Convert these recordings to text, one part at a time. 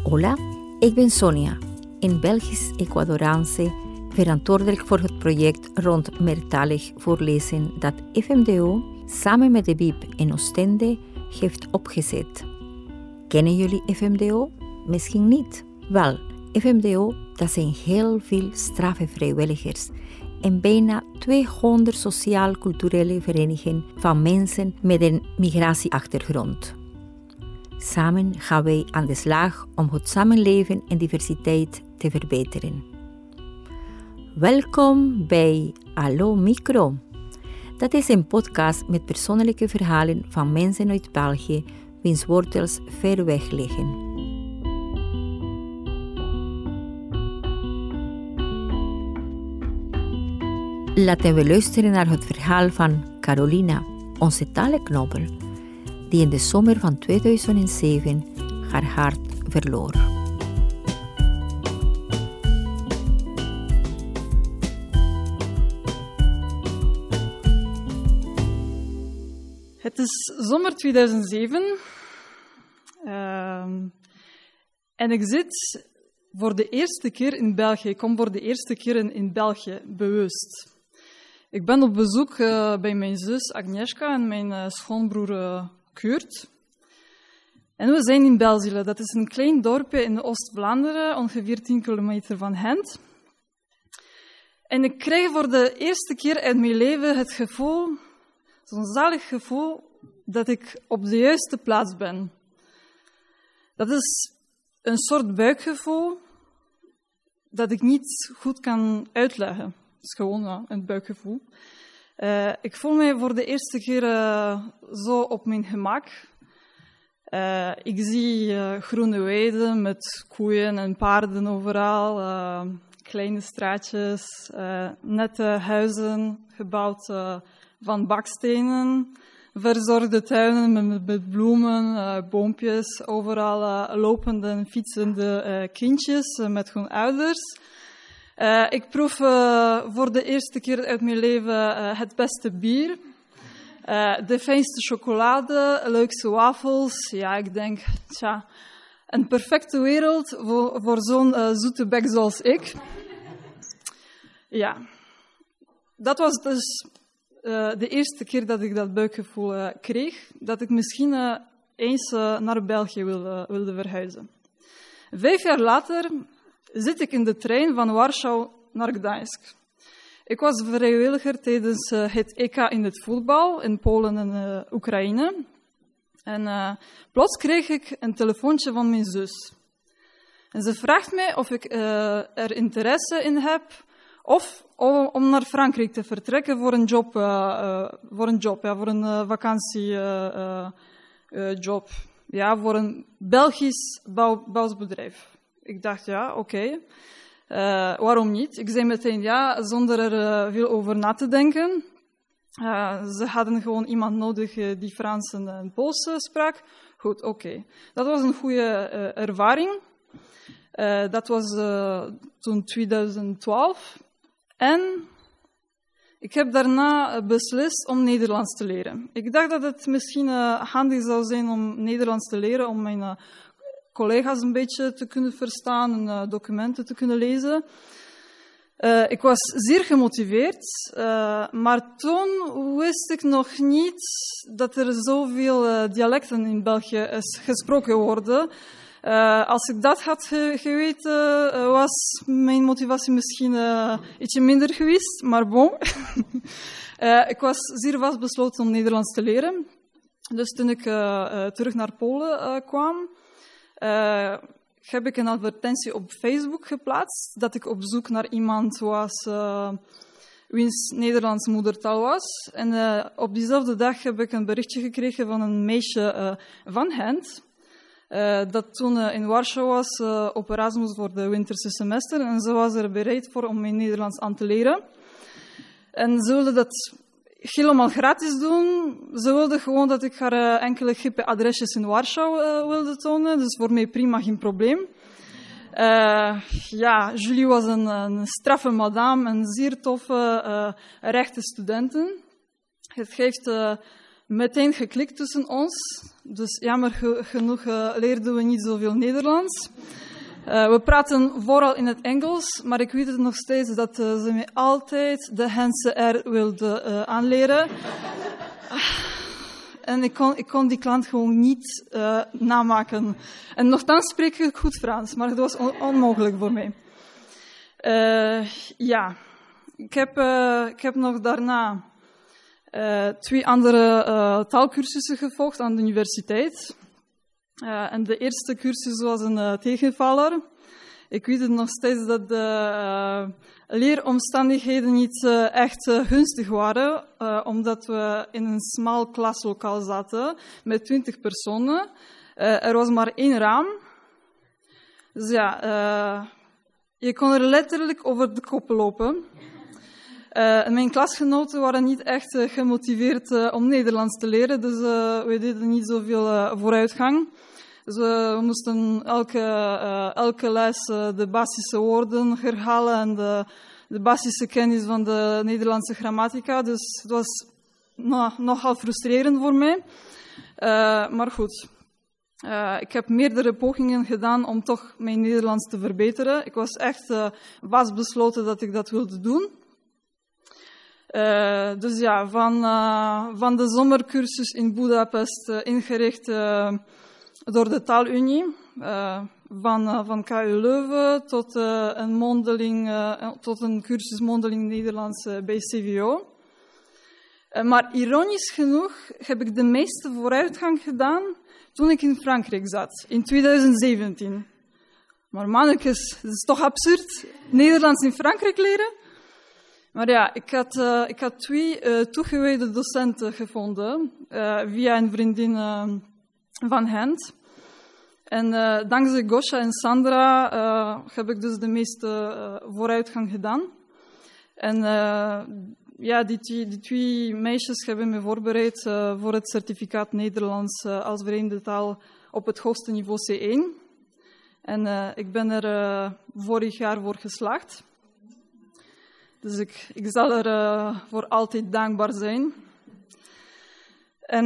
Hola, ik ben Sonia, een Belgisch-Ecuadoraanse, verantwoordelijk voor het project rond meertalig voorlezen dat FMDO samen met de BIP in Oostende heeft opgezet. Kennen jullie FMDO? Misschien niet. Wel, FMDO, dat zijn heel veel straffe vrijwilligers en bijna 200 sociaal-culturele verenigingen van mensen met een migratieachtergrond. Samen gaan wij aan de slag om het samenleven en diversiteit te verbeteren. Welkom bij Allo Micro. Dat is een podcast met persoonlijke verhalen van mensen uit België, wiens wortels ver weg liggen. Laten we luisteren naar het verhaal van Carolina, onze talenknobbel, die in de zomer van 2007 haar hart verloor. Het is zomer 2007 en ik zit voor de eerste keer in België. Ik kom voor de eerste keer in België, bewust. Ik ben op bezoek bij mijn zus Agnieszka en mijn schoonbroer Kurt. En we zijn in Belzile. Dat is een klein dorpje in Oost-Vlaanderen, ongeveer 10 kilometer van Gent. En ik krijg voor de eerste keer in mijn leven het gevoel, zo'n zalig gevoel, dat ik op de juiste plaats ben. Dat is een soort buikgevoel dat ik niet goed kan uitleggen. Het is gewoon een buikgevoel. Ik voel mij voor de eerste keer zo op mijn gemak. Ik zie groene weiden met koeien en paarden overal, kleine straatjes, nette huizen gebouwd van bakstenen, verzorgde tuinen met bloemen, boompjes, overal lopende en fietsende kindjes met hun ouders. Ik proef voor de eerste keer uit mijn leven het beste bier, de fijnste chocolade, leukste wafels. Ja, ik denk, een perfecte wereld voor zo'n zoete bek zoals ik. Ja, dat was dus de eerste keer dat ik dat buikgevoel kreeg, dat ik misschien eens naar België wilde verhuizen. 5 jaar later zit ik in de trein van Warschau naar Gdańsk. Ik was vrijwilliger tijdens het EK in het voetbal in Polen en Oekraïne. En plots kreeg ik een telefoontje van mijn zus. En ze vraagt mij of ik er interesse in heb of om naar Frankrijk te vertrekken voor een job, voor een vakantiejob. Ja, voor een Belgisch bouwbedrijf. Ik dacht, ja, oké. Waarom niet? Ik zei meteen ja, zonder er veel over na te denken. Ze hadden gewoon iemand nodig die Frans en Pools sprak. Goed, oké. Dat was een goede ervaring. Dat was toen 2012. En ik heb daarna beslist om Nederlands te leren. Ik dacht dat het misschien handig zou zijn om Nederlands te leren, om mijn collega's een beetje te kunnen verstaan en documenten te kunnen lezen. Ik was zeer gemotiveerd, maar toen wist ik nog niet dat er zoveel dialecten in België gesproken worden. Als ik dat had geweten, was mijn motivatie misschien ietsje minder geweest, maar bon. Ik was zeer vastbesloten om Nederlands te leren. Dus toen ik terug naar Polen kwam, heb ik een advertentie op Facebook geplaatst dat ik op zoek naar iemand was wiens Nederlands moedertaal was. En op diezelfde dag heb ik een berichtje gekregen van een meisje van Gent, dat toen in Warschau was op Erasmus voor de winterse semester. En ze was er bereid voor om mijn Nederlands aan te leren. En ze wilde dat helemaal gratis doen. Ze wilde gewoon dat ik haar enkele hippe adresjes in Warschau wilde tonen. Dus voor mij prima, geen probleem. Julie was een straffe madame, een zeer toffe, rechte studenten. Het heeft meteen geklikt tussen ons. Dus jammer genoeg leerden we niet zoveel Nederlands. We praten vooral in het Engels, maar ik weet het nog steeds dat ze mij altijd de Hense R wilde aanleren. En ik kon die klant gewoon niet namaken. En nochtans spreek ik goed Frans, maar het was onmogelijk voor mij. Ja, ik heb nog daarna 2 andere taalkursussen gevolgd aan de universiteit. En de eerste cursus was een tegenvaller. Ik weet het nog steeds dat de leeromstandigheden niet echt gunstig waren, omdat we in een smal klaslokaal zaten met 20 personen. Er was maar 1 raam. Dus ja, je kon er letterlijk over de kop lopen. Mijn klasgenoten waren niet echt gemotiveerd om Nederlands te leren, dus we deden niet zoveel vooruitgang. Dus we moesten elke les de basische woorden herhalen en de basische kennis van de Nederlandse grammatica. Dus het was nogal frustrerend voor mij. Maar goed, ik heb meerdere pogingen gedaan om toch mijn Nederlands te verbeteren. Ik was echt vastbesloten dat ik dat wilde doen. Dus ja, van de zomercursus in Budapest ingericht door de Taalunie, van KU Leuven tot een cursus mondeling Nederlands bij CVO. Maar ironisch genoeg heb ik de meeste vooruitgang gedaan toen ik in Frankrijk zat, in 2017. Maar mannetjes, het is toch absurd, Nederlands in Frankrijk leren? Maar ja, ik had 2 toegewijde docenten gevonden via een vriendin van hen. En dankzij Gosha en Sandra heb ik dus de meeste vooruitgang gedaan. En ja, die 2 meisjes hebben me voorbereid voor het certificaat Nederlands als vreemde taal op het hoogste niveau C1. En ik ben er vorig jaar voor geslaagd. Dus ik zal er voor altijd dankbaar zijn. En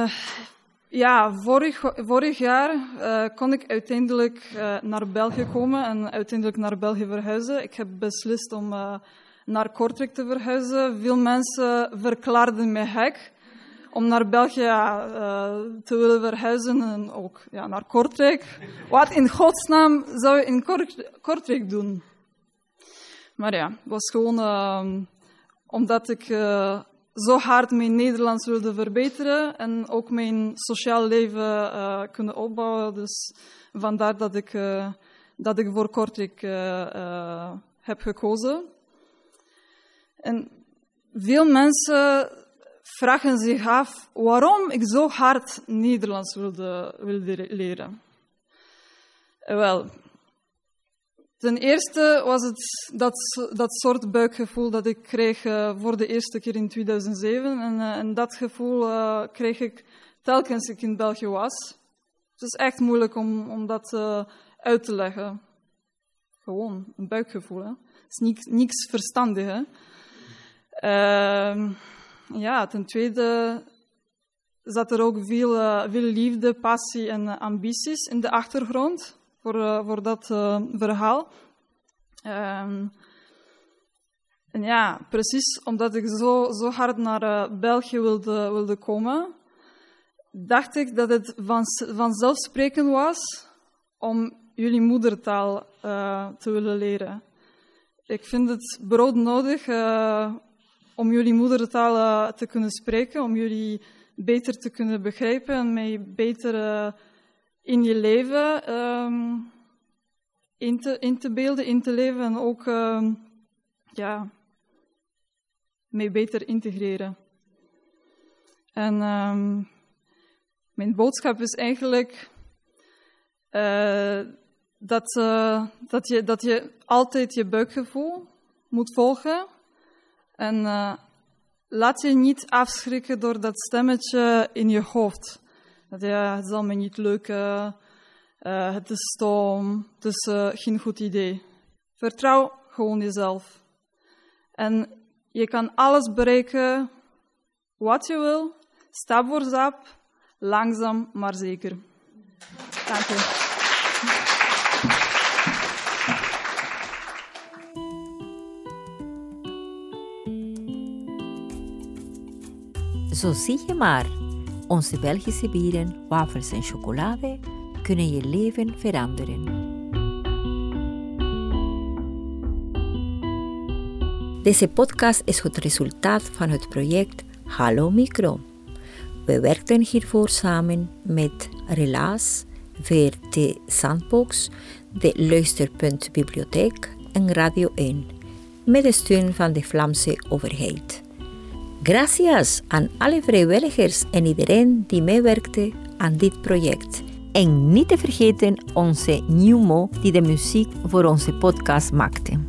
ja, vorig jaar kon ik uiteindelijk naar België komen en uiteindelijk naar België verhuizen. Ik heb beslist om naar Kortrijk te verhuizen. Veel mensen verklaarden mij gek om naar België te willen verhuizen en ook naar Kortrijk. Wat in godsnaam zou je in Kortrijk doen? Maar ja, het was gewoon omdat ik zo hard mijn Nederlands wilde verbeteren en ook mijn sociaal leven kunnen opbouwen. Dus vandaar dat ik voor Kortrijk heb gekozen. En veel mensen vragen zich af waarom ik zo hard Nederlands wilde leren. Wel, ten eerste was het dat soort buikgevoel dat ik kreeg voor de eerste keer in 2007. En dat gevoel kreeg ik telkens ik in België was. Het is echt moeilijk om dat uit te leggen. Gewoon een buikgevoel. Hè? Het is niks verstandig. Hè? Ja, ten tweede zat er ook veel liefde, passie en ambities in de achtergrond voor dat verhaal. En ja, precies omdat ik zo hard naar België wilde komen, dacht ik dat het vanzelfsprekend was om jullie moedertaal te willen leren. Ik vind het broodnodig om jullie moedertaal te kunnen spreken, om jullie beter te kunnen begrijpen en mij beter in je leven in te beelden, in te leven en ook mij beter integreren. En mijn boodschap is eigenlijk dat je altijd je buikgevoel moet volgen en laat je niet afschrikken door dat stemmetje in je hoofd. Dat het zal me niet lukken, het is stom, het is geen goed idee. Vertrouw gewoon jezelf. En je kan alles bereiken wat je wil, stap voor stap, langzaam maar zeker. Dank je. Zo zie je maar. Onze Belgische bieren, wafels en chocolade kunnen je leven veranderen. Deze podcast is het resultaat van het project Hallo Micro. We werkten hiervoor samen met Relaas, VRT Sandbox, de Luisterpunt Bibliotheek en Radio 1, met de steun van de Vlaamse overheid. Gracias aan alle vrijwilligers en iedereen die meewerkte aan dit project. En niet te vergeten onze Newmo die de muziek voor onze podcast maakte.